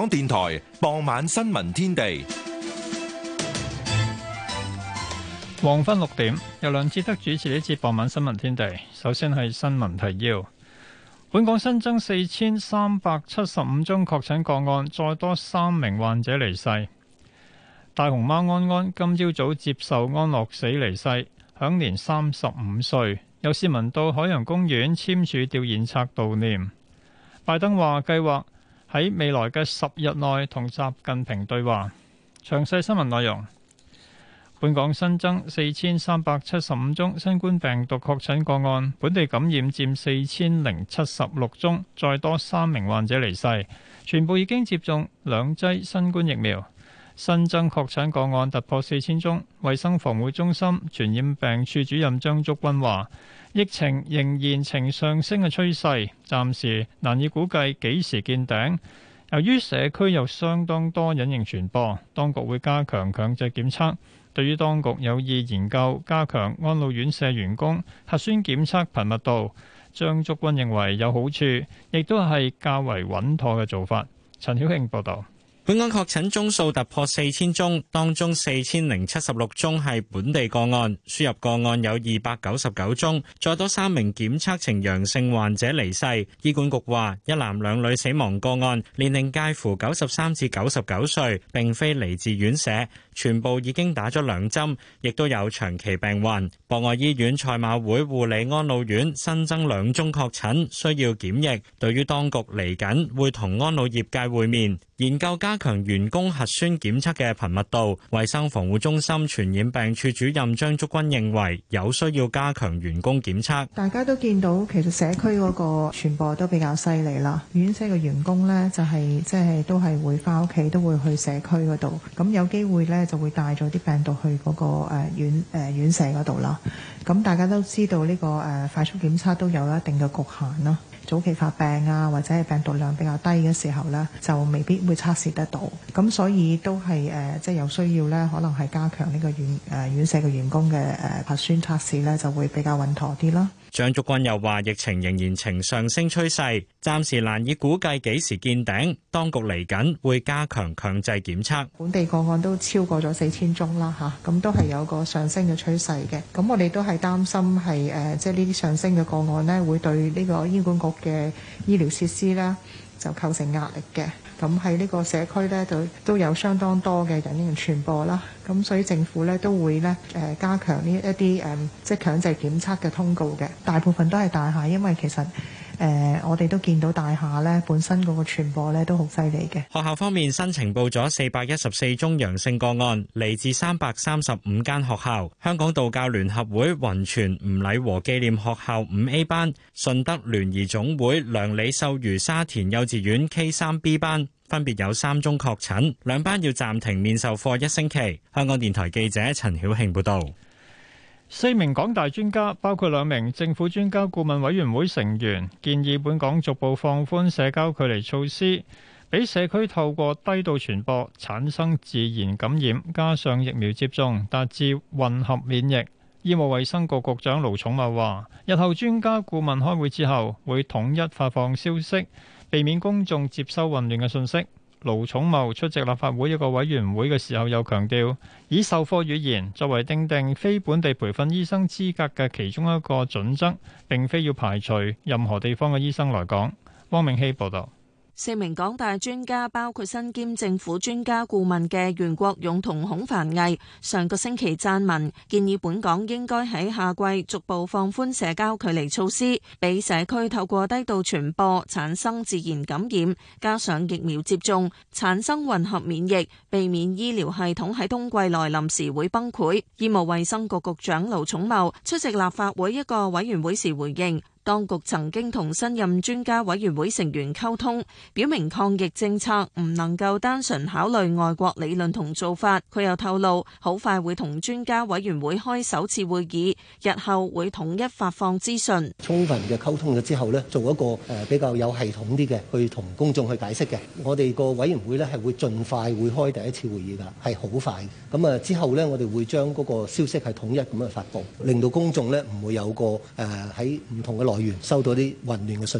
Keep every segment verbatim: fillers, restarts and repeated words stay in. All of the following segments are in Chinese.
港電台傍晚新聞天地。 黃昏六點，由梁志德主持呢節傍晚新聞天地。首先係新聞提要。本港新增四千三百七十五宗確診個案，再多三名患者離世。大熊貓安安今朝早接受安樂死離世，享年三十五歲。有市民到海洋公園簽署弔唁冊悼念。拜登話計劃喺未來嘅十日內同習近平對話。詳細新聞內容。本港新增四千三百七十五宗新冠病毒確診個案，本地感染佔四千零七十六宗，再多三名患者離世，全部已經接種兩劑新冠疫苗。新增確診個案突破四千宗，衛生防護中心傳染病處主任張竹君話，疫情仍然呈上升嘅趨勢，暫時難以估計幾時見頂。由於社區有相當多隱形傳播，當局會加強強制檢測。對於當局有意研究加強安老院舍員工核酸檢測頻密度，張竹君認為有好處，亦都係較為穩妥嘅做法。陳曉慶報導。 本港確診宗數突破四千宗，當中四千零七十六宗係本地個案，輸入個案有二百九十九宗，再多三名檢測呈陽性患者離世。醫管局話，一男兩女死亡個案，年齡介乎九十三至九十九歲，並非嚟自院舍，全部已經打咗兩針，亦都有長期病患。博愛醫院賽馬會護理安老院新增兩宗確診，需要檢疫。對於當局嚟緊會同安老業界會面，研究加強員工核酸檢測嘅頻密度，衛生防護中心傳染病處主任張竹君認為有需要加強員工檢測。 大家都見到其實社區嗰個傳播都比較犀利啦，院舍嘅員工呢，就係即係都係會返屋企，都會去社區嗰度，咁有機會呢，就會帶咗啲病毒去嗰個誒院誒院舍嗰度啦。咁大家都知道呢個誒快速檢測都有一定嘅局限啦。早期發病啊，或者係病毒量比較低嘅時候呢，就未必會測試得到。咁所以都係誒，即係有需要呢，可能係加強呢個院誒院舍嘅員工嘅誒核酸測試呢，就會比較穩妥啲啦。 張竹君又話：疫情仍然呈上升趨勢，暫時難以估計幾時見頂。當局嚟緊會加強強制檢測。 本地個案都超過咗四千宗啦，嚇，咁都係有個上升嘅趨勢嘅。咁我哋都係擔心係誒，即係呢啲上升嘅個案呢，會對呢個醫管局嘅醫療設施呢就構成壓力嘅。咁喺呢個社區呢，都都有相當多嘅隱形傳播啦。咁所以政府呢都會呢誒加強呢一啲誒即係強制檢測嘅通告嘅。大部分都係大廈，因為其實誒我哋都見到大廈呢本身嗰個傳播呢都好犀利嘅。 學校方面，新呈報咗四百一十四宗陽性個案，嚟自三百三十五間學校。香港道教聯合會雲泉吳禮和紀念學校五 A 班、順德聯誼總會梁李秀如沙田幼稚園 K 三 B 班分別有三宗確診，兩班要暫停面授課一星期。香港電台記者陳曉慶報導。 四名港大專家，包括兩名政府專家顧問委員會成員，建議本港逐步放寬社交距離措施，俾社區透過低度傳播產生自然感染，加上疫苗接種達至混合免疫。醫務衛生局局長盧寵茂話，日後專家顧問開會之後，會統一發放消息，避免公眾接收混亂嘅信息。盧寵茂出席立法會一個委員會嘅時候，又強調，以授課語言作為訂定非本地培訓醫生資格嘅其中一個準則，並非要排除任何地方嘅醫生來港。汪明希報導。 四名港大專家，包括身兼政府專家顧問嘅袁國勇同孔繁毅，上個星期撰文建議本港應該喺夏季逐步放寬社交距離措施，俾社區透過低度傳播產生自然感染，加上疫苗接種產生混合免疫，避免醫療系統喺冬季來臨時會崩潰。醫務衛生局局長盧寵茂出席立法會一個委員會時回應，當局曾經同新任專家委員會成員溝通，表明抗疫政策唔能夠單純考慮外國理論同做法。佢又透露，好快會同專家委員會開首次會議，日後會統一發放資訊。 充分嘅溝通咗之後呢，做一個誒比較有系統啲嘅，去同公眾去解釋嘅。我哋個委員會呢係會盡快會開第一次會議㗎，係好快。咁啊之後呢，我哋會將嗰個消息係統一咁樣發佈，令到公眾呢唔會有個誒喺唔同嘅來源收到啲混亂嘅信息。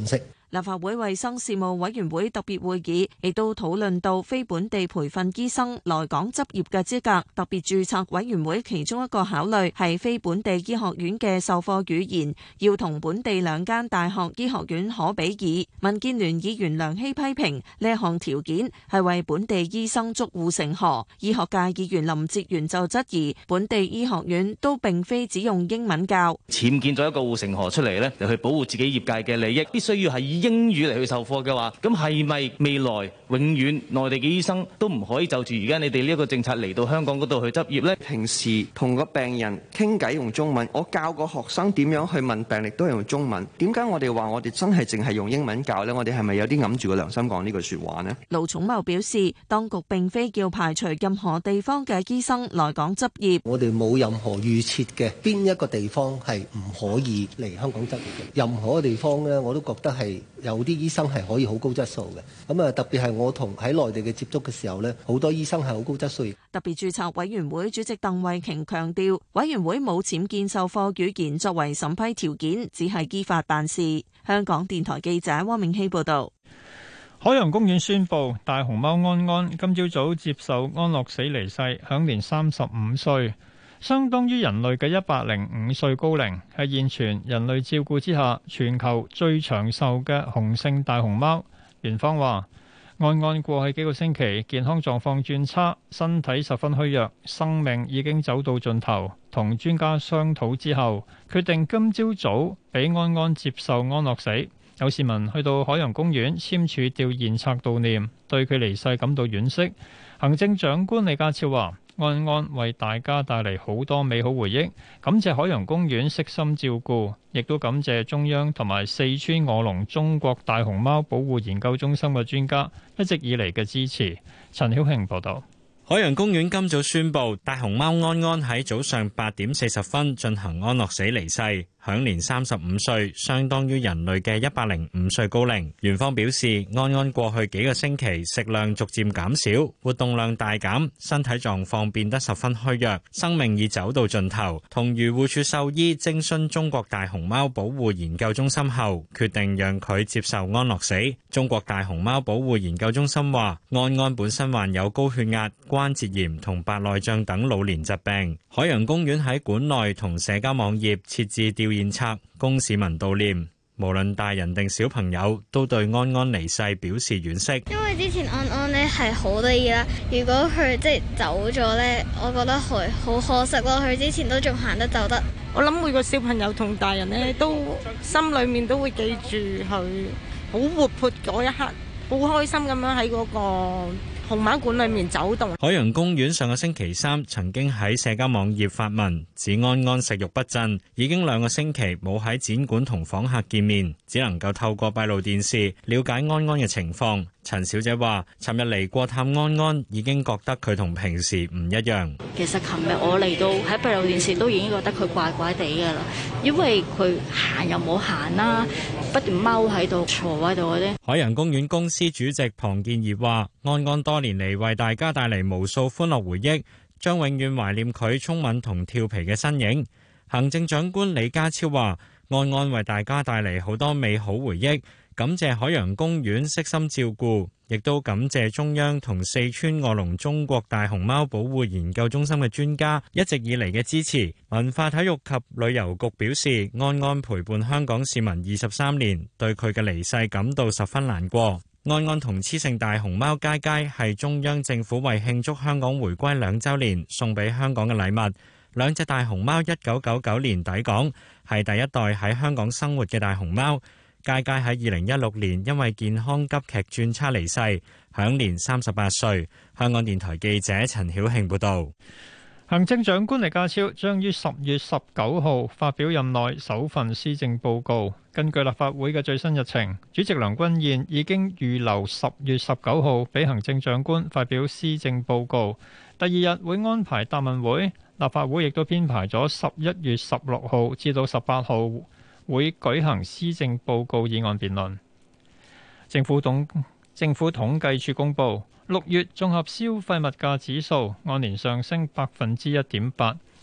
立法會衛生事務委員會特別會議亦都討論到非本地培訓醫生來港執業嘅資格。特別註冊委員會其中一個考慮係非本地醫學院嘅授課語言要同本地兩間大學醫學院可比擬。民建聯議員梁希批評呢一項條件係為本地醫生築護城河。醫學界議員林哲玄就質疑本地醫學院都並非只用英文教， 僭建咗一個護城河出嚟呢，就去保護自己業界嘅利益，必須要係以英語嚟去授課嘅話，咁係咪未來永遠內地嘅醫生都唔可以就住而家你哋呢一個政策嚟到香港嗰度去執業呢？ 平時同個病人傾偈用中文，我教個學生點樣去問病歷都係用中文。點解我哋話我哋真係淨係用英文教呢？我哋係咪有啲揞住個良心講呢句説話呢？ 盧寵茂表示，當局並非要排除任何地方嘅醫生來港執業。 我哋冇任何預設嘅邊一個地方係唔可以嚟香港執業嘅。任何地方呢，我都覺得係有啲醫生係可以好高質素嘅。咁啊，特別係我同喺內地嘅接觸嘅時候呢，好多醫生係好高質素。 特別註冊委員會主席鄧慧瓊強調，委員會冇僭建授課語言作為審批條件，只係依法辦事。香港電台記者汪明希報導。 海洋公園宣布，大熊貓安安今朝早接受安樂死離世，享年三十五歲，相當於人類嘅一百零五歲高齡，係現存人類照顧之下全球最長壽嘅雄性大熊貓。園方話，安安過去幾個星期健康狀況轉差，身體十分虛弱，生命已經走到盡頭。同專家商討之後，決定今朝早俾安安接受安樂死。有市民去到海洋公園簽署吊唁冊悼念，對佢離世感到惋惜。行政長官李家超話，安安為大家帶嚟好多美好回憶，感謝海洋公園悉心照顧，亦都感謝中央同埋四川臥龍中國大熊貓保護研究中心嘅專家一直以嚟嘅支持。陳曉慶報道。 海洋公園今早宣布，大熊貓安安喺早上八點四十分進行安樂死離世，享年三十五歲，相當於人類嘅一百零五歲高齡。園方表示，安安過去幾個星期食量逐漸減少，活動量大減，身體狀況變得十分虛弱，生命已走到盡頭。同漁護署獸醫徵詢中國大熊貓保護研究中心後，決定讓佢接受安樂死。中國大熊貓保護研究中心話，安安本身患有高血壓、關節炎同白內障等老年疾病。海洋公園喺館內同社交網頁設置吊唁冊，供市民悼念。無論大人定小朋友，都對安安離世表示惋惜。 因為之前安安呢係好得意啦，如果佢即係走咗呢，我覺得佢好可惜咯。佢之前都仲行得走得。 我諗每個小朋友同大人呢，都心裏面都會記住佢好活潑嗰一刻，好開心咁樣喺嗰個熊貓館裏面走動。 海洋公園上個星期三曾經喺社交網頁發文，指安安食慾不振，已經兩個星期冇喺展館同訪客見面，只能夠透過閉路電視了解安安嘅情況。陳小姐話，尋日嚟過探安安，已經覺得佢同平時唔一樣。 其實琴日我嚟到喺閉路電視都已經覺得佢怪怪地㗎啦，因為佢行又冇行啦，不斷踎喺度坐喺度嗰啲。 海洋公園公司主席龐建業話，安安多年嚟為大家帶嚟無數歡樂回憶，將永遠懷念佢聰敏同調皮嘅身影。行政長官李家超話，安安為大家帶嚟好多美好回憶，感謝海洋公園悉心照顧，亦都感謝中央同四川臥龍中國大熊貓保護研究中心嘅專家一直以嚟嘅支持。文化體育及旅遊局表示，安安陪伴香港市民二十三年，對佢嘅離世感到十分難過。安安同雌性大熊貓佳佳係中央政府為慶祝香港回歸兩週年送俾香港嘅禮物。兩隻大熊貓一九九九年抵港，係第一代喺香港生活嘅大熊貓。佳佳喺二零一六年因為健康急劇轉差離世，享年三十八歲。香港電台記者陳曉慶報導。 行政長官李家超將於十月十九號發表任內首份施政報告。根據立法會嘅最新日程，主席梁君彥已經預留十月十九號俾行政長官發表施政報告。第二日會安排答問會，立法會亦都編排咗十一月十六號至到十八號會舉行施政報告議案辯論。政府統政府統計處公佈，六月綜合消費物價指數按年上升百分之一點八，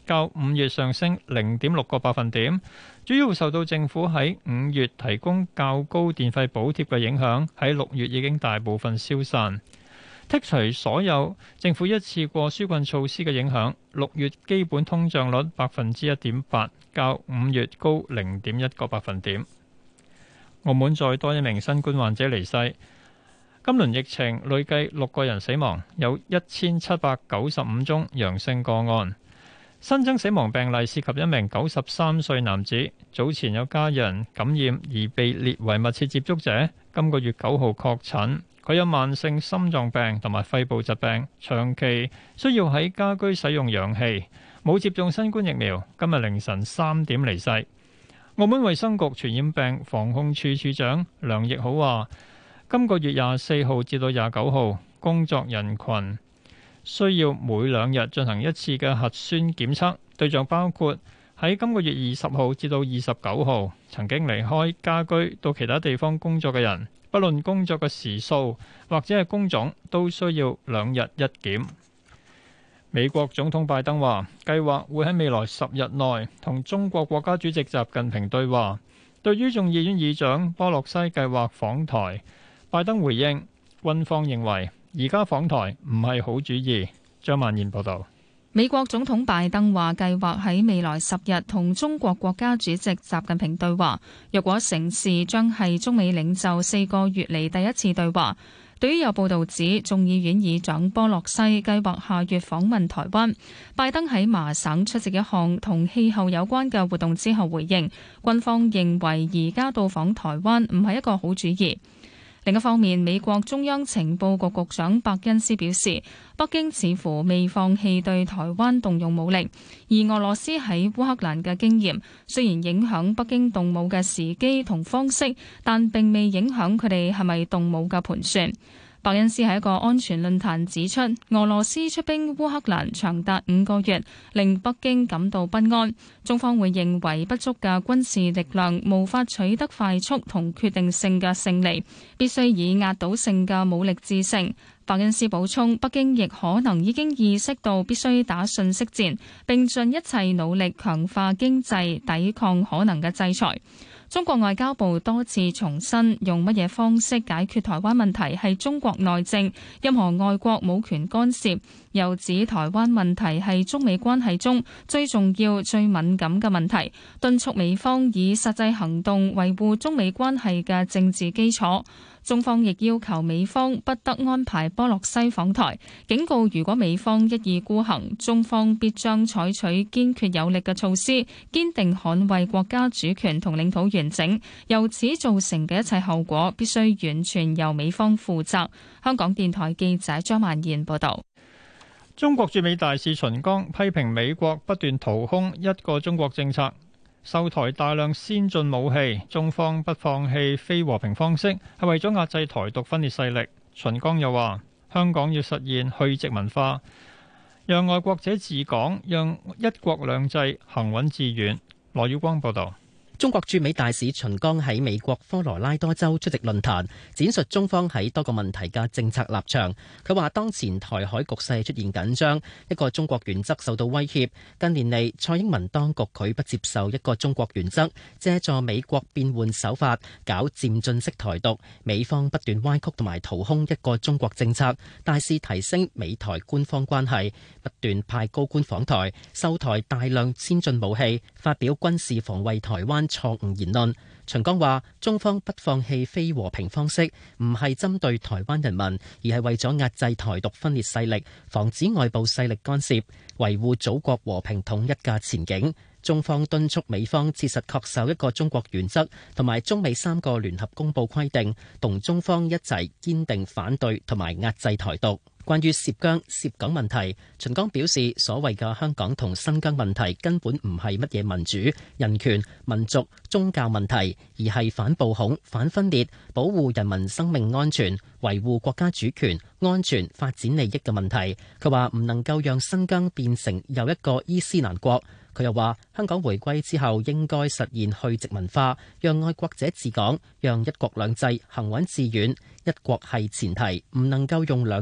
較五月上升零點六個百分點，主要受到政府喺五月提供較高電費補貼嘅影響，喺六月已經大部分消散。剔除所有政府一次過紓困措施嘅影響，六月基本通脹率百分之一點八，較五月高零點一個百分點。澳門再多一名新冠患者離世，今輪疫情累計六個人死亡，有一千七百九十五宗陽性個案。新增死亡病例涉及一名九十三歲男子，早前有家人感染而被列為密切接觸者，今個月九號確診。佢有慢性心臟病同埋肺部疾病，長期需要喺家居使用氧氣，冇接種新冠疫苗。今日凌晨三點離世。澳門衛生局傳染病防控處處長梁亦好話，今個月廿四號至到廿九號，工作人群需要每兩日進行一次嘅核酸檢測，對象包括喺今個月二十號至到二十九號曾經離開家居到其他地方工作嘅人。不論工作嘅時數或者係工種，都需要兩日一檢。美國總統拜登話，計劃會喺未來十日內同中國國家主席習近平對話。對於眾議院議長波洛西計劃訪台，拜登回應，軍方認為而家訪台唔係好主意。張曼燕報導。 美國總統拜登話計劃喺未來十日同中國國家主席習近平對話，若果成事，將係中美領袖四個月嚟第一次對話。對於有報道指眾議院議長波洛西計劃下月訪問台灣，拜登喺麻省出席一項同氣候有關嘅活動之後回應，軍方認為而家到訪台灣唔係一個好主意。另一方面，美國中央情報局局長伯恩斯表示，北京似乎未放棄對台灣動用武力，而俄羅斯喺烏克蘭嘅經驗雖然影響北京動武嘅時機同方式，但並未影響佢哋係咪動武嘅盤算。伯恩斯喺一個安全論壇指出，俄羅斯出兵烏克蘭長達五個月，令北京感到不安。中方會認為不足嘅軍事力量無法取得快速同決定性嘅勝利，必須以壓倒性嘅武力致勝。伯恩斯補充，北京亦可能已經意識到必須打信息戰，並盡一切努力強化經濟，抵抗可能嘅制裁。中國外交部多次重申，用乜嘢方式解決台灣問題係中國內政，任何外國冇權干涉。又指台灣問題係中美關係中最重要、最敏感嘅問題，敦促美方以實際行動維護中美關係嘅政治基礎。中方亦要求美方不得安排波洛西訪台，警告如果美方一意孤行，中方必將採取堅決有力嘅措施，堅定捍衛國家主權同領土完整。由此造成嘅一切後果，必須完全由美方負責。香港電台記者張曼燕報道。 中國駐美大使秦剛批評美國不斷掏空一個中國政策，售台大量先進武器，中方不放棄非和平方式，係為咗壓制台獨分裂勢力。秦剛又話，香港要實現去殖民化，讓愛國者治港，讓一國兩制行穩致遠。羅耀光報道。 中國駐美大使秦剛喺美國科羅拉多州出席論壇，展述中方喺多個問題嘅政策立場。佢話當前台海局勢出現緊張，一個中國原則受到威脅。近年嚟，蔡英文當局拒不接受一個中國原則，借助美國變換手法搞漸進式台獨，美方不斷歪曲同埋掏空一個中國政策。大使提升美台官方關係，不斷派高官訪台，售台大量先進武器，發表軍事防衛台灣錯誤言論。秦剛話：中方不放棄非和平方式，唔係針對台灣人民，而係為咗壓制台獨分裂勢力，防止外部勢力干涉，維護祖國和平統一嘅前景。中方敦促美方切實恪守一個中國原則同埋中美三個聯合公報規定，同中方一齊堅定反對同埋壓制台獨。關於涉疆、涉港問題，秦剛表示，所謂嘅香港同新疆問題根本唔係乜嘢民主、人權、民族、宗教問題，而係反暴恐、反分裂、保護人民生命安全、維護國家主權、安全、發展利益嘅問題。佢話唔能夠讓新疆變成又一個伊斯蘭國。佢又話：香港回歸之後應該實現去殖民化，讓愛國者治港，讓一國兩制行穩致遠。一國係前提，唔能夠用兩制否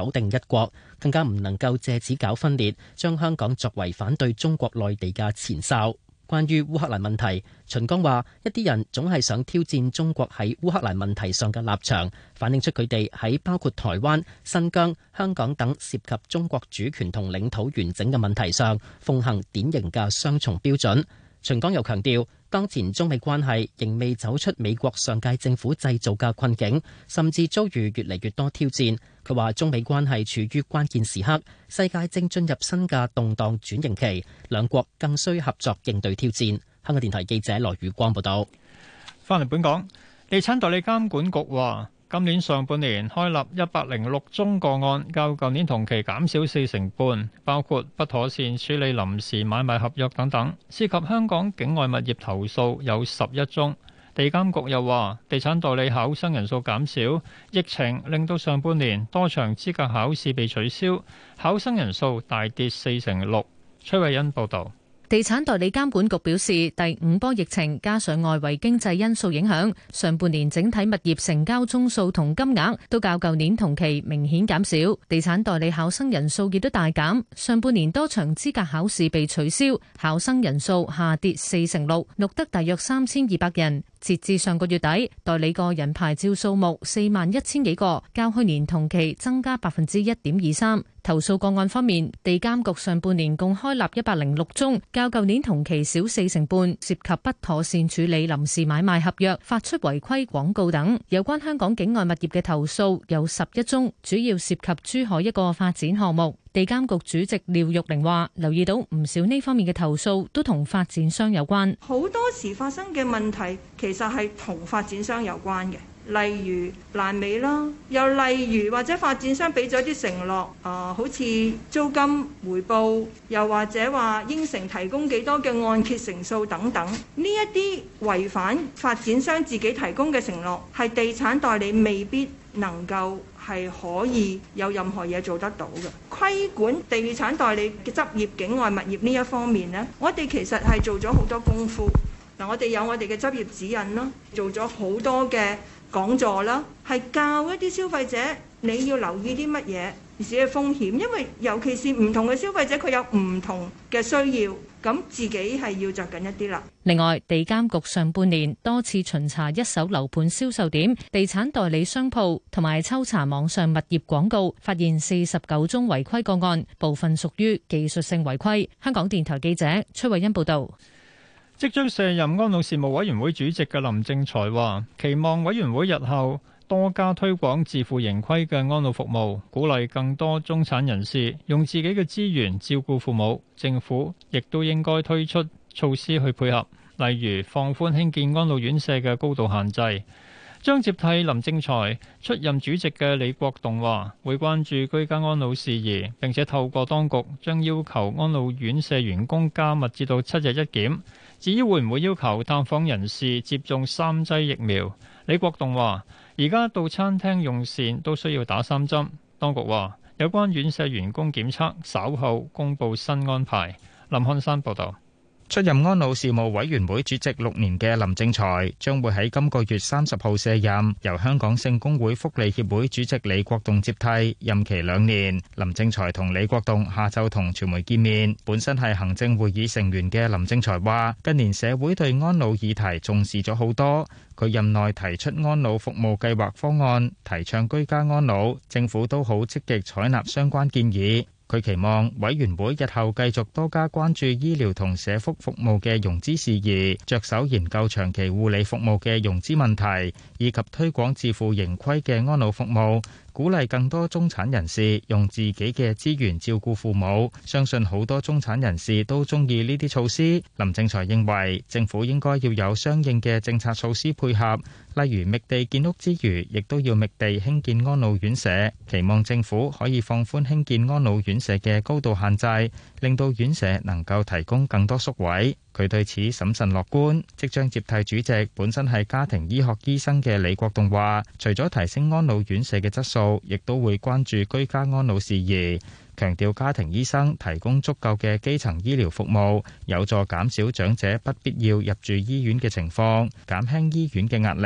否定一國，更加唔能夠借此搞分裂，將香港作為反對中國內地嘅前哨。關於烏克蘭問題，秦剛話：一啲人總係想挑戰中國喺烏克蘭問題上嘅立場，反映出佢哋喺包括台灣、新疆、香港等涉及中國主權同領土完整嘅問題上，奉行典型嘅雙重標準。秦剛又強調，當前中美關係仍未走出美國上屆政府製造嘅困境，甚至遭遇越嚟越多挑戰。佢話中美關係處於關鍵時刻，世界正進入新嘅動盪轉型期，兩國更需合作應對挑戰。香港電台記者羅宇光報道。 翻嚟本港，地產代理監管局話，今年上半年開立一百零六宗個案，較舊年同期減少四成半，包括不妥善處理臨時買賣合約等等，涉及香港境外物業投訴有十一宗。地監局又話，地產代理考生人數減少，疫情令到上半年多場資格考試被取消，考生人數大跌四成六。崔慧欣報導。 地產代理監管局表示，第五波疫情加上外圍經濟因素影響，上半年整體物業成交宗數同金額都較舊年同期明顯減少，地產代理考生人數亦都大減。上半年多場資格考試被取消，考生人數下跌四成六，錄得大約三千二百人。截至上個月底，代理個人牌照數目四萬一千幾個，較去年同期增加百分之一點二三。投訴個案方面，地監局上半年共開立一百零六宗，較舊年同期少四成半，涉及不妥善處理臨時買賣合約、發出違規廣告等。有關香港境外物業嘅投訴有十一宗，主要涉及珠海一個發展項目。地監局主席廖玉玲話，留意到唔少呢方面嘅投訴都同發展商有關， 好多時發生嘅問題其實係同發展商有關嘅，例如爛尾啦，又例如或者發展商俾咗啲承諾，啊、呃，好似租金回報，又或者話應承提供幾多嘅按揭成數等等，呢一啲違反發展商自己提供嘅承諾，係地產代理未必能夠係可以有任何嘢做得到嘅。規管地產代理嘅執業境外物業呢一方面呢，我哋其實係做咗好多功夫。嗱，我哋有我哋嘅執業指引啦，做咗好多嘅講座啦，係教一啲消費者你要留意啲乜嘢嘅風險，因為尤其是唔同嘅消費者佢有唔同嘅需要，咁自己係要着緊一啲啦。 另外，地監局上半年多次巡查一手樓盤銷售點、地產代理商鋪同埋抽查網上物業廣告，發現四十九宗違規個案，部分屬於技術性違規。香港電台記者崔慧欣報道。 即將卸任安老事務委員會主席嘅林正財話，期望委員會日後多加推廣自負盈虧嘅安老服務，鼓勵更多中產人士用自己嘅資源照顧父母。政府亦都應該推出措施去配合，例如放寬興建安老院舍嘅高度限制。將接替林正財出任主席嘅李國棟話，會關注居家安老事宜，並且透過當局將要求安老院舍員工加密至到七日一檢。至於會唔會要求探訪人士接種三劑疫苗，李國棟話，而家到餐廳用膳都需要打三針。當局話，有關院舍員工檢測稍後公佈新安排。林漢山報導。 出任安老事務委員會主席六年嘅林正財將會喺今個月三十號卸任，由香港聖公會福利協會主席李國棟接替，任期兩年。林正財同李國棟下晝同傳媒見面。本身係行政會議成員嘅林正財話，近年社會對安老議題重視咗好多，佢任內提出安老服務計劃方案，提倡居家安老，政府都好積極採納相關建議。佢期望委員會日後繼續多加關注醫療同社福服務嘅融資事宜，着手研究長期護理服務嘅融資問題，以及推廣自負盈虧嘅安老服務，鼓勵更多中產人士用自己嘅資源照顧父母。相信好多中產人士都中意呢啲措施。林正財認為政府應該要有相應嘅政策措施配合，例如覓地建屋之餘，亦都要覓地興建安老院舍。期望政府可以放寬興建安老院舍嘅高度限制，令到院舍能夠提供更多宿位。佢對此審慎樂觀。即將接替主席本身係家庭醫學醫生嘅李國棟話，除咗提升安老院舍嘅質素，亦都會關注居家安老事宜，強調家庭醫生提供足夠嘅基層醫療服務，有助減少長者不必要入住醫院嘅情況，減輕醫院嘅壓力。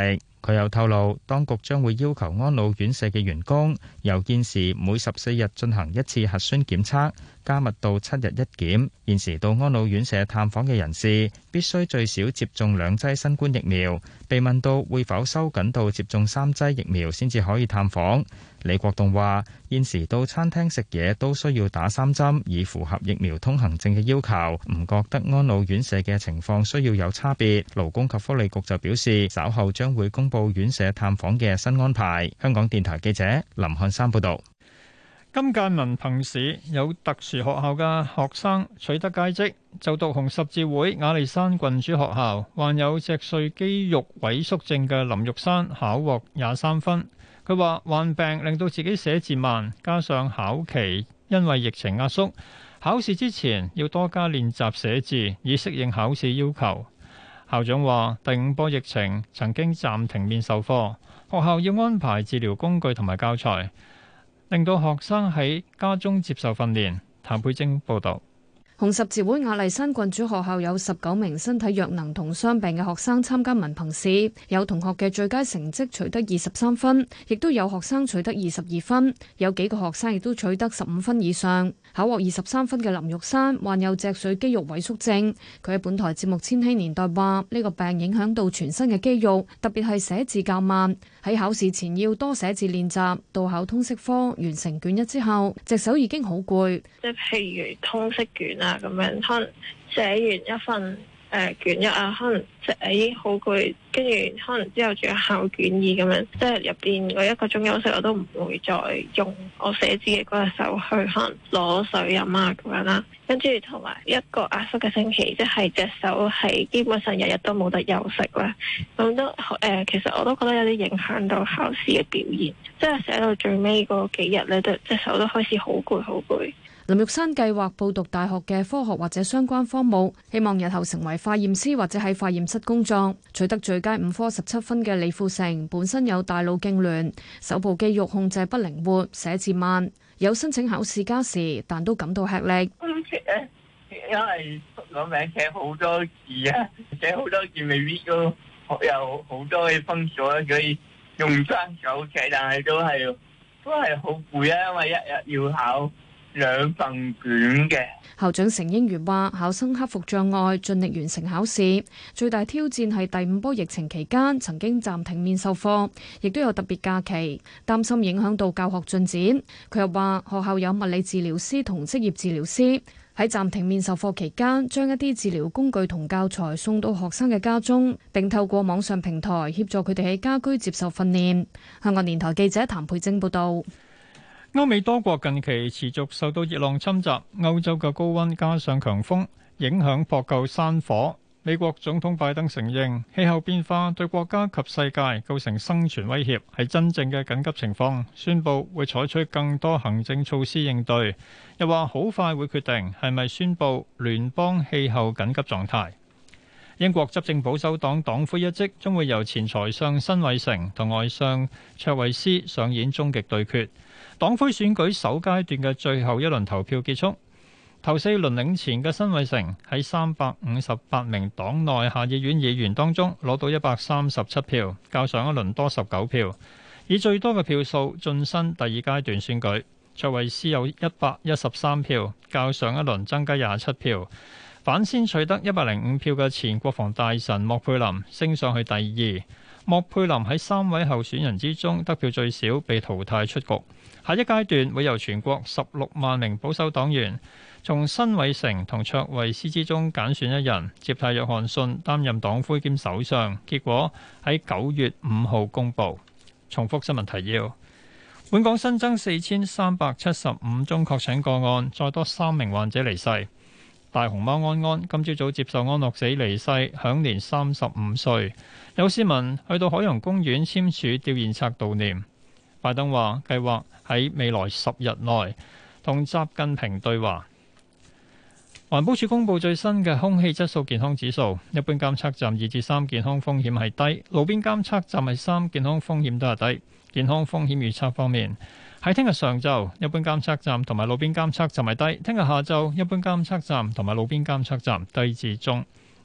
佢又透露，當局將會要求安老院舍嘅員工由現時每十四日進行一次核酸檢測，加密到七日一檢。現時到安老院舍探訪嘅人士必須最少接種兩劑新冠疫苗。被問到會否收緊到接種三劑疫苗先至可以探訪，李國棟話：現時到餐廳食嘢都需要打三針，以符合疫苗通行證嘅要求，唔覺得安老院舍嘅情況需要有差別。勞工及福利局就表示，稍後將會公布院舍探訪嘅新安排。香港電台記者林漢山報導。 今屆文憑試有特殊學校嘅學生取得佳績，就讀紅十字會雅麗珊郡主學校患有脊髓肌肉萎縮症嘅林玉山考獲廿三分。佢話患病令到自己寫字慢，加上考期因為疫情壓縮，考試之前要多加練習寫字，以適應考試要求。校長話第五波疫情曾經暫停面授課，學校要安排治療工具同埋教材，令到學生喺家中接受訓練。譚佩晶報導。 紅十字會雅麗珊郡主學校有十九名身體弱能同傷病嘅學生參加文憑試，有同學嘅最佳成績取得二十三分，亦都有學生取得二十二分，有幾個學生亦都取得十五分以上。考獲二十三分嘅林玉山患有脊髓肌肉萎縮症，佢喺本台節目《千禧年代》話：呢個病影響到全身嘅肌肉，特別係寫字較慢，喺考試前要多寫字練習。到考通識科完成卷一之後，隻手已經好攰。 即係譬如通識卷啊咁樣，可能寫完一份誒、呃、卷一啊，可能即係已經好攰，跟住可能之後仲要考卷二咁樣，即係入邊嗰一個鐘休息我都唔會再用我寫字嘅嗰隻手去可能攞水飲啊咁樣啦。跟住同埋一個壓縮嘅星期，即係隻手係基本上日日都冇得休息啦。咁都誒、呃，其實我都覺得有啲影響到考試嘅表現，即係寫到最尾嗰幾日咧，都隻手都開始好攰好攰。 林玉山計劃報讀大學嘅科學或者相關科目，希望日後成為化驗師或者喺化驗室工作。取得最佳五科十七分嘅李富成本身有大腦痙攣，手部肌肉控制不靈活，寫字慢，有申請考試加時，但都感到吃力。 今次咧，因為個名寫好多字啊，寫好多字未必都有好多嘅分數啊，所以用翻手寫，但係都係都係好攰啊，因為一日要考兩份卷嘅。 校長成英元話：考生克服障礙，盡力完成考試。最大挑戰係第五波疫情期間曾經暫停面授課，亦都有特別假期，擔心影響到教學進展。佢又話：學校有物理治療師同職業治療師喺暫停面授課期間，將一啲治療工具同教材送到學生嘅家中，並透過網上平台協助佢哋喺家居接受訓練。香港電台記者譚佩晶報導。 歐美多國近期持續受到熱浪侵襲，歐洲嘅高溫加上強風影響撲救山火。美國總統拜登承認氣候變化對國家及世界構成生存威脅，係真正嘅緊急情況，宣布會採取更多行政措施應對。又話好快會決定係咪宣布聯邦氣候緊急狀態。英國執政保守黨黨魁一職將會由前財相辛偉誠同外相卓慧思上演終極對決。黨魁選舉首階段嘅最後一輪投票結束，頭四輪領前嘅辛偉誠喺三百五十八名黨內下議院議員當中攞到一百三十七票，較上一輪多十九票，以最多嘅票數晉身第二階段選舉。卓慧思有一百一十三票，較上一輪增加廿七票。反先取得一百零五票嘅前國防大臣莫佩林升上去第二。莫佩林喺三位候選人之中得票最少，被淘汰出局。下一階段會由全國十六萬名保守黨員從辛偉誠同卓慧思之中揀選一人接替約翰遜擔任黨魁兼首相，結果喺九月五號公佈。重複新聞提要：本港新增四千三百七十五宗確診個案，再多三名患者離世。大熊貓安安今朝早接受安樂死離世，享年三十五歲。有市民去到海洋公園簽署吊唁冊悼念。拜登話計劃喺未來十日內同習近平對話。環保署公布最新嘅空氣質素健康指數，一般監測站二至三，健康風險係低，路邊監測站係三，健康風險都係低。健康風險預測方面，喺聽日上晝，一般監測站同埋路邊監測站係低；聽日下晝，一般監測站同埋路邊監測站低至中。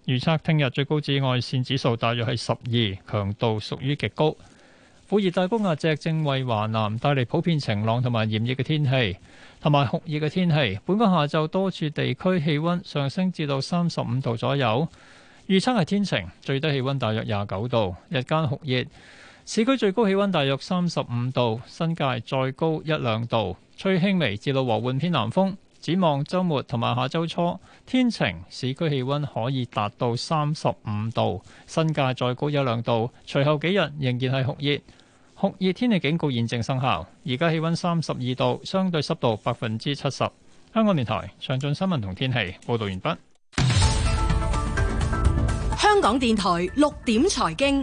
預測聽日最高紫外線指數大約係十二，強度屬於極高。副熱帶高壓脊正為華南帶嚟普遍晴朗同埋炎熱嘅天氣，同埋酷熱嘅天氣。本港下晝多處地區氣温上升至到三十五度左右，預測係天晴，最低氣温大約廿九度，日間酷熱。市區最高氣温大約三十五度，新界再高一兩度，吹輕微至到和緩偏南風。展望週末同埋下週初天晴，市區氣温可以達到三十五度，新界再高一兩度。隨後幾日仍然係酷熱，酷熱天氣警告現正生效。而家氣温三十二度，相對濕度百分之七十。香港電台詳盡新聞同天氣報導完畢。 香港電台六點財經。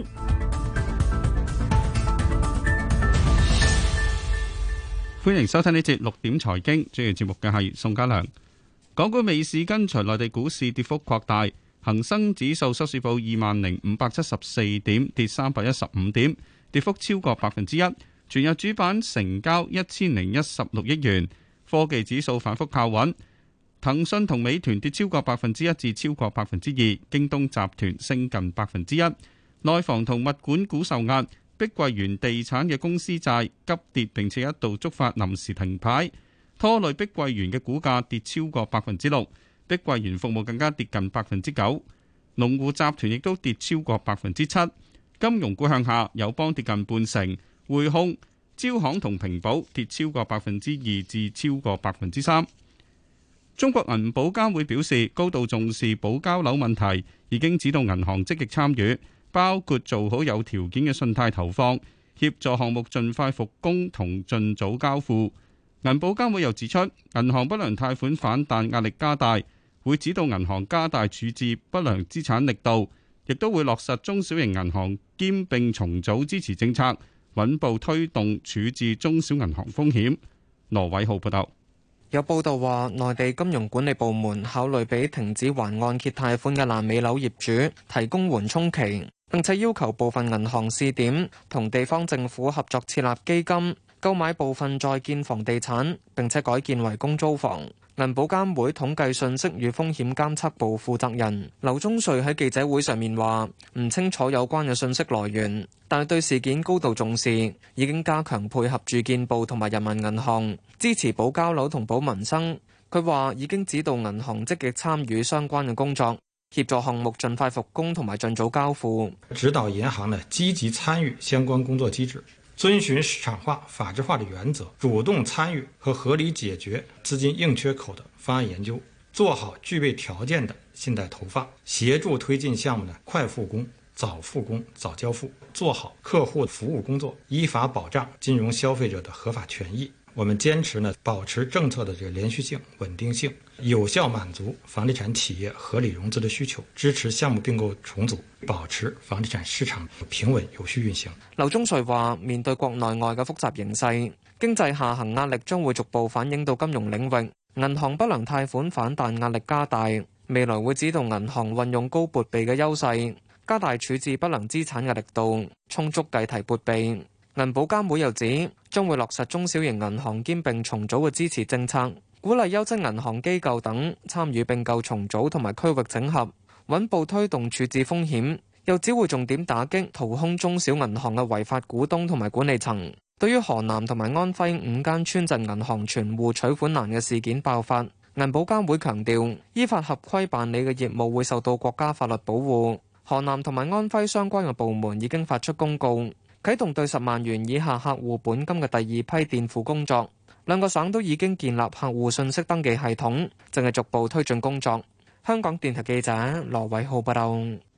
歡迎收聽呢節六點財經，主持節目嘅係宋家良。港股尾市跟隨內地股市跌幅擴大，恒生指數收市報二萬零五百七十四點，跌三百一十五點，跌幅超過百分之一。全日主板成交一千零一十六億元。科技指數反覆靠穩，騰訊同美團跌超過百分之一至超過百分之二，京東集團升近百分之一。內房同物管股受壓。碧桂園地產嘅公司債急跌，並且一度觸發臨時停牌，拖累碧桂園嘅股價跌超過百分之六。碧桂園服務更加跌近百分之九，龍湖集團亦都跌超過百分之七。金融股向下，友邦跌近半成，匯控、招行同平保跌超過百分之二至超過百分之三。中國銀保監會表示，高度重視保交樓問題，已經指導銀行積極參與。包括做好有條件嘅信貸投放，協助項目盡快復工同盡早交付。銀保監會又指出，銀行不良貸款反彈壓力加大，會指導銀行加大處置不良資產力度，亦都會落實中小型銀行兼併重組支持政策，穩步推動處置中小銀行風險。羅偉浩報道。 有報道話，內地金融管理部門考慮俾停止還按揭貸款嘅爛尾樓業主提供緩衝期，並且要求部分銀行試點同地方政府合作設立基金，購買部分在建房地產，並且改建為公租房。銀保監會統計信息與風險監測部負責人劉宗瑞喺記者會上面話：唔清楚有關嘅信息來源，但係對事件高度重視，已經加強配合住建部同埋人民銀行支持保交樓同保民生。佢話已經指導銀行積極參與相關嘅工作，協助項目盡快復工同埋盡早交付。 指導銀行呢積極參與相關工作機制，遵循市場化、法治化的原則，主動參與和合理解決資金硬缺口的方案研究，做好具備條件的信貸投放，協助推進項目的快復工、早復工、早交付，做好客戶服務工作，依法保障金融消費者的合法權益。我們堅持呢，保持政策的這個連續性、穩定性，有效滿足房地產企業合理融資的需求，支持項目併購重組，保持房地產市場平穩有序運行。 劉宗瑞話：面對國內外嘅複雜形勢，經濟下行壓力將會逐步反映到金融領域，銀行不良貸款反彈壓力加大，未來會指導銀行運用高撥備嘅優勢，加大處置不良資產嘅力度，充足計提撥備。銀保監會又指，將會落實中小型銀行兼併重組嘅支持政策，鼓勵優質銀行機構等參與併購重組同埋區域整合，穩步推動處置風險。又只會重點打擊掏空中小銀行嘅違法股東同埋管理層。對於河南同埋安徽五間村鎮銀行存戶取款難嘅事件爆發，銀保監會強調，依法合規辦理嘅業務會受到國家法律保護。河南同埋安徽相關嘅部門已經發出公告，啟動對十萬元以下客戶本金嘅第二批墊付工作，兩個省都已經建立客戶信息登記系統，正係逐步推進工作。香港電台記者羅偉浩報道。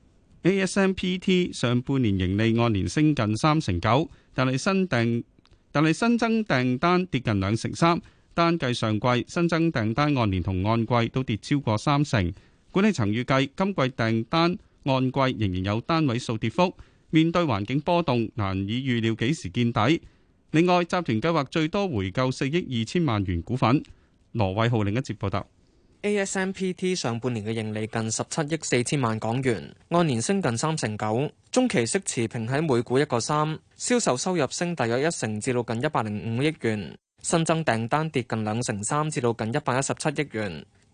A S M P T 上半年盈利按年升近三成九，但係新訂但係新增訂單跌近兩成三，單計上季新增訂單按年同按季都跌超過三成。管理層預計今季訂單按季仍然有單位數跌幅。面對環境波動，難以預料幾時見底。另外，集團計劃最多回購四億二千萬元股份。羅偉浩另一節報道。 A S M P T 上半年嘅盈利近十七億四千萬港元，按年升近三成九，中期息持平喺每股一個三，銷售收入升大約一成至到近一百零五億元，新增訂單跌近兩成三至到近一百一十七億元。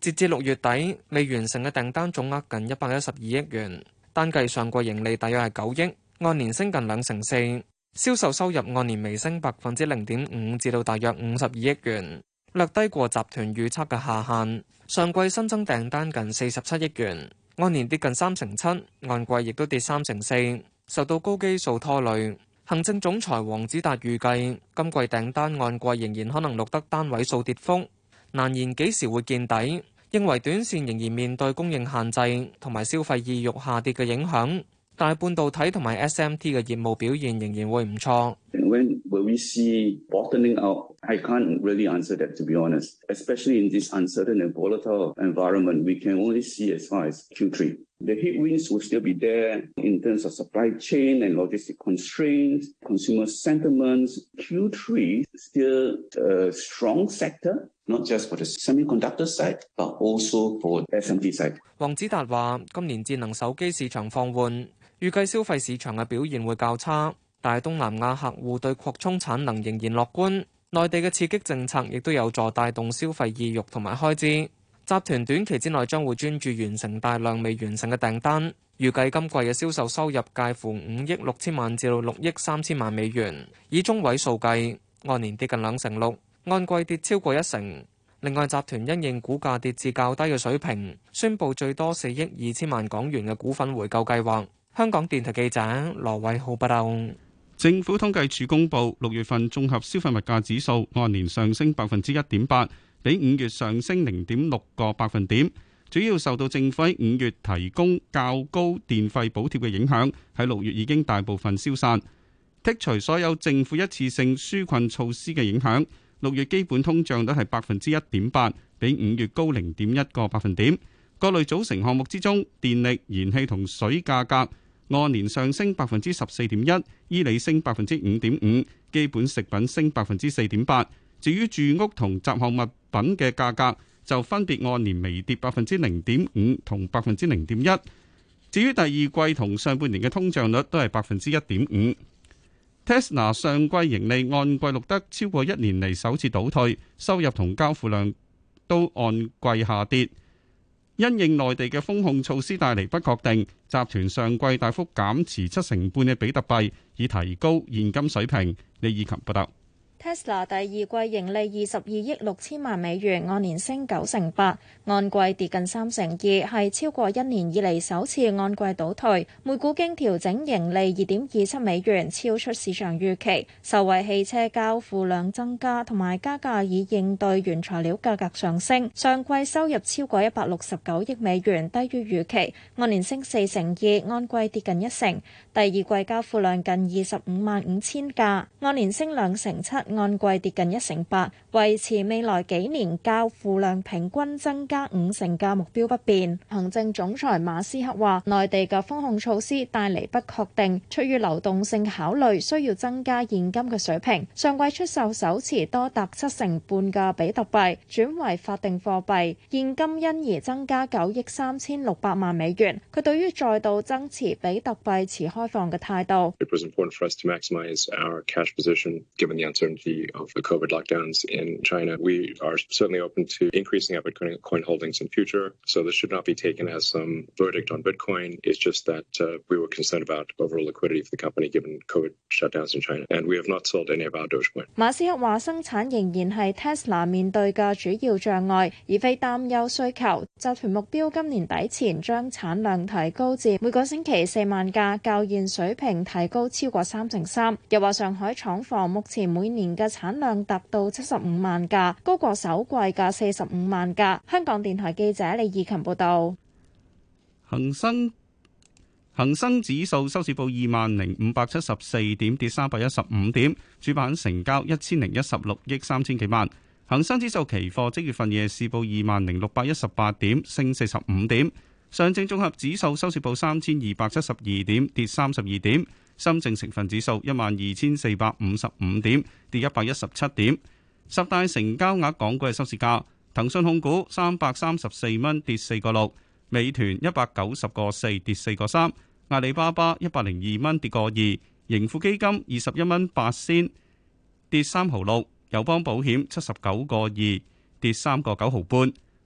截至六月底，未完成嘅訂單總額近一百一十二億元，單計上季盈利大約係九億，按年升近兩成四。銷售收入按年微升百分之零點五，至到大約五十二億元，略低過集團預測嘅下限。上季新增訂單近四十七億元，按年跌近三成七，按季亦都跌三成四，受到高基數拖累。行政總裁黃子達預計今季訂單按季仍然可能錄得單位數跌幅，難言幾時會見底。認為短線仍然面對供應限制同埋消費意欲下跌嘅影響，但係半導體同埋 S M T 嘅業務表現仍然會唔錯。 When will we see bottoming out? I can't really answer that, to be honest. Especially in this uncertain and volatile environment, we can only see as far as Q three. The headwinds will still be there in terms of supply chain and logistic constraints, consumer sentiments. Q three is still a strong sector, not just for the semiconductor side, but also for the S M T side. 黃子達話：今年智能手機市場放緩，預計消費市場嘅表現會較差。但係東南亞客戶對擴充產能仍然樂觀，內地嘅刺激政策亦都有助帶動消費意欲同埋開支。集團短期之內將會專注完成大量未完成嘅訂單，預計今季嘅銷售收入介乎五億六千萬至到六億三千萬美元，以中位數計，按年跌近兩成六，按季跌超過一成。另外，集團因應股價跌至較低嘅水平，宣布最多四億二千萬港元嘅股份回購計劃。香港電台記者羅偉浩報道。 政府統計處公布六月份綜合消費物價指數按年上升百分之一點八，比五月上升零點六個百分點，主要受到政府喺五月提供較高電費補貼嘅影響，喺六月已經大部分消散。剔除所有政府一次性紓困措施嘅影響，六月基本通脹率係百分之一點八，比五月高零點一個百分點。各類組成項目之中，電力、燃氣同水價格按年上升百分之十四點一，衣履升百分之五點五，基本食品升百分之四點八。至於住屋同雜項物品嘅價格就分別按年微跌百分之零點五同百分之零點一。至於第二季同上半年嘅通脹率都係百分之一點五。Tesla 上季盈利按季錄得超過一年嚟首次倒退，收入同交付量都按季下跌。因應內地嘅封控措施帶嚟不確定，集團上季大幅減持七成半嘅比特幣，以提高現金水平。李以琴報道。 Tesla 第二季盈利二十二億六千萬美元，按年升九成八，按季跌近三成二，係超過一年以嚟首次按季倒退。每股經調整盈利二點二七美元，超出市場預期，受惠汽車交付量增加同埋加價以應對原材料價格上升。上季收入超過一百六十九億美元，低於預期，按年升四成二，按季跌近一成。第二季交付量近二十五萬五千架，按年升兩成七。按季跌近一成八，維持未來幾年交付量平均增加五成嘅目標不變。行政總裁馬斯克話：內地嘅封控措施帶嚟不確定，出於流動性考慮，需要增加現金嘅水平。上季出售手持多達七成半嘅比特幣轉為法定貨幣，現金因而增加九億三千六百萬美元。佢對於再度增持比特幣持開放嘅態度。 It was important for us to maximize our cash position given the uncertainty of the COVID lockdowns in China. We are certainly open to increasing our Bitcoin coin holdings in future. So this should not be taken as some verdict on Bitcoin. It's just that uh, we were concerned about overall liquidity for the company given COVID shutdowns in China. And we have not sold any of our Dogecoin. 馬斯克話生產仍然係 Tesla 面對嘅主要障礙，而非擔憂需求。集團目標今年底前將產量提高至每個星期四萬架，較現水平提高超過三成三。又話上海廠房目前每年嘅產量達到七十五萬架，高過首季嘅四十五萬架。香港電台記者李義琴報道。 恒生恒生指數收市報二萬零五百七十四點，跌三百一十五點，主板成交一千零一十六億三千幾萬。恒生指數期貨即月份夜市報二萬零六百一十八點，升四十五點。上證綜合指數收市報三千二百七十二點，跌三十二點。深證成分指數一萬二千四百五十五點，跌一百一十七點。十大成交額港股嘅收市價：騰訊控股三百三十四蚊，跌四個六；美團一百九十個四，跌四個三；阿里巴巴一百零二蚊，跌個二；盈富基金二十一蚊八仙，跌三毫六；友邦保險七十九個二，跌三個九毫半；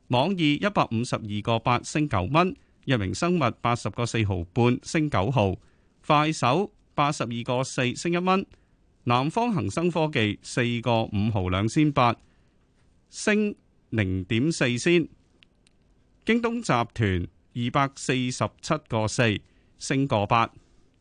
網易一百五十二個八升九蚊，藥明生物八十個四毫半升九毫，快手八十二個四升一蚊，南方恒生科技四個五毫兩仙八升零點四仙，京東集團二百四十七個四升個八。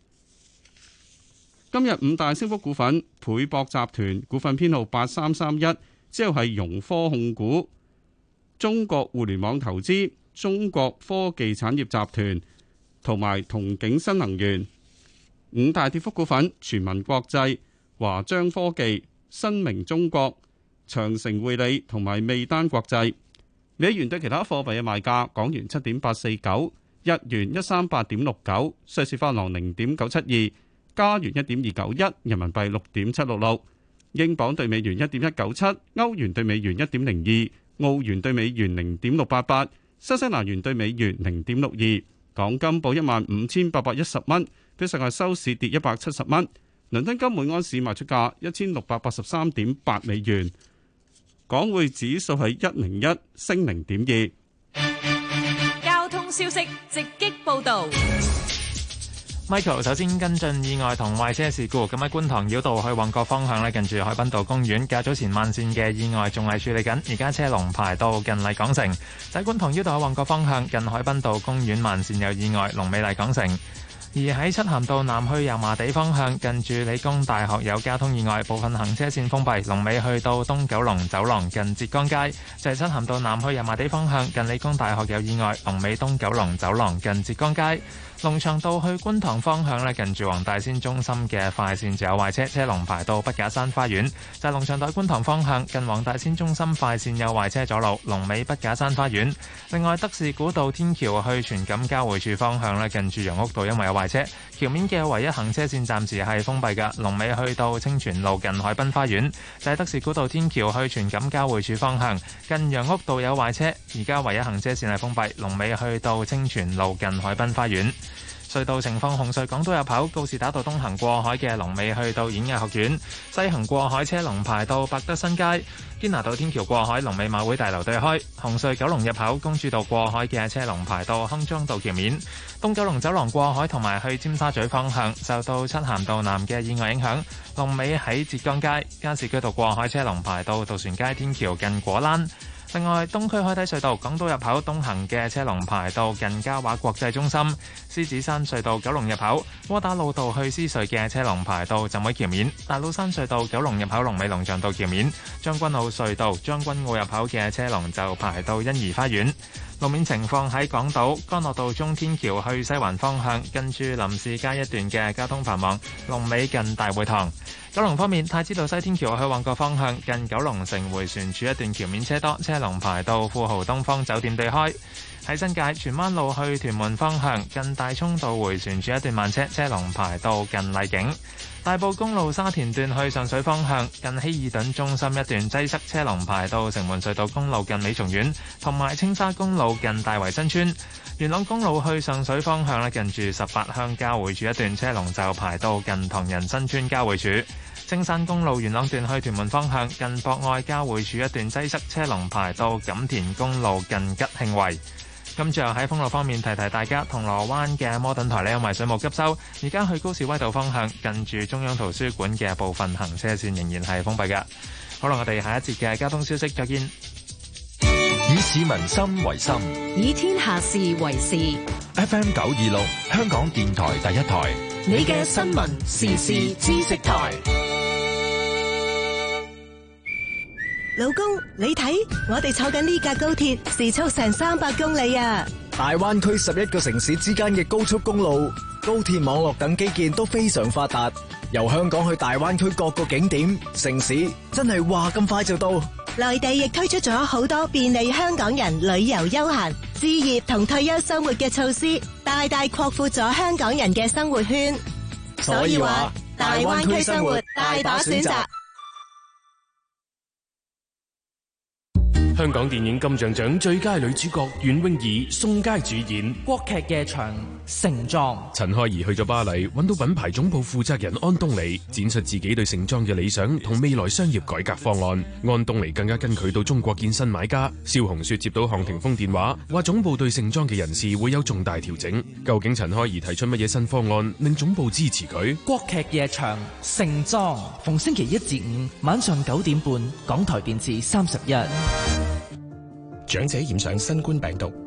今日五大升幅股份：倍博集團股份編號八三三一，之後係融科控股、中國互聯網投資、中國科技產業集團同埋同景新能源。五大跌幅股份：全民國際、華章科技、新明中國、長城匯理同埋未丹國際。美元對其他貨幣嘅賣價：港元七點八四九，日元一三八點六九，瑞士法郎零點九七二，加元一點二九一，人民幣六點七六六，英鎊對美元一點一九七，歐元對美元一點零二，澳元對美元零點六八八，新西蘭元對美元零點六二。港金報一萬五千八百一十蚊，比上日收市跌一百七十蚊。倫敦金每安士賣出價一千六百八十三點八美元。港匯指數係一零一，升零點二。 交通消息直擊報道。 Michael 首先跟進意外同壞車事故，咁喺觀塘繞道去旺角方向咧，近住海濱道公園，較早前慢線嘅意外仲係處理緊，而家車龍排到近麗港城。喺觀塘繞道去旺角方向，近海濱道公園慢線有意外，龍尾麗港城。而喺漆咸道南去油麻地方向，近住理工大學有交通意外，部分行車線封閉，龍尾去到東九龍走廊近浙江街。就係漆咸道南去油麻地方向，近理工大學有意外，龍尾東九龍走廊近浙江街。龍翔道去觀塘方向咧，近住黃大仙中心嘅快線就有壞車，車龍排到筆架山花園。就係龍翔道觀塘方向，近黃大仙中心快線有壞車阻路，龍尾筆架山花園。另外，德士古道天橋去荃錦交匯處方向咧，近住楊屋道因為有壞車，橋面嘅唯一行車線暫時係封閉嘅，龍尾去到清泉路近海濱花園。就係德士古道天橋去荃錦交匯處方向，近楊屋道有壞車，而家唯一行車線係封閉，龍尾去到清泉路近海濱花園。隧道情況：紅隧港島入口告士打道東行過海嘅龍尾去到演藝學院，西行過海車龍排到百德新街。堅拿道天橋過海龍尾馬會大樓對開。紅隧九龍入口公主道過海嘅車龍排到康莊道橋面。東九龍走廊過海同埋去尖沙咀方向受到漆咸道南嘅意外影響，龍尾喺浙江街。加士居道過海車龍排到渡船街天橋近果欄。另外，東區海底隧道港島入口東行嘅車龍排到近嘉華國際中心。獅子山隧道九龍入口窩打老道去獅隧嘅車龍排到浸會橋面。大老山隧道九龍入口龍尾龍翔道橋面。將軍澳隧道將軍澳入口嘅車龍就排到欣怡花園。路面情況喺港島干諾道中天橋去西環方向，近住林士街一段嘅交通繁忙，龍尾近大會堂。九龍方面，太子道西天橋去旺角方向，近九龍城迴旋處一段橋面車多，車龍排到富豪東方酒店對開。喺新界荃灣路去屯門方向，近大涌道迴旋處一段慢車，車龍排到近麗景。大埔公路沙田段去上水方向，近希爾頓中心一段擠塞，車龍排到城門隧道公路近美松苑，同埋青沙公路近大圍新村。元朗公路去上水方向咧，近住十八鄉交匯處一段車龍就排到近唐人新村交匯處。青山公路元朗段去屯門方向，近博愛交匯處一段擠塞，車龍排到錦田公路近吉慶圍。咁最後喺封路方面提提大家，銅鑼灣嘅摩頓台呢，因為水務急修，而家去高士威道方向近住中央圖書館嘅部分行車線仍然係封閉嘅。好啦，我哋下一節嘅交通消息再見。 以市民心為心， 以天下事為事。 F M 九二六，香港電台第一台， 你嘅新聞時事知識台。 老公，你睇，我哋坐緊呢架高鐵，時速成三百公里啊！ 大灣區十一個城市之間嘅高速公路、高鐵網絡等基建都非常發達，由香港去大灣區各個景點、城市，真係話咁快就到。 內地亦推出咗好多便利香港人旅遊休閒、置業同退休生活嘅措施，大大擴闊咗香港人嘅生活圈。所以話，大灣區生活大把選擇。 香港電影金像獎最佳女主角袁詠儀、宋佳主演。 國劇夜場盛裝。 陳開怡去咗巴黎，揾到品牌總部負責人安東尼，展出自己對盛裝嘅理想同未來商業改革方案。安東尼更加跟佢到中國見新買家。蕭紅雪接到項霆鋒電話，話總部對盛裝嘅人事會有重大調整。究竟陳開怡提出乜嘢新方案令總部支持佢？ 國劇夜場盛裝，逢星期一至五晚上九點半，港台電視三十一。 長者染上新冠病毒，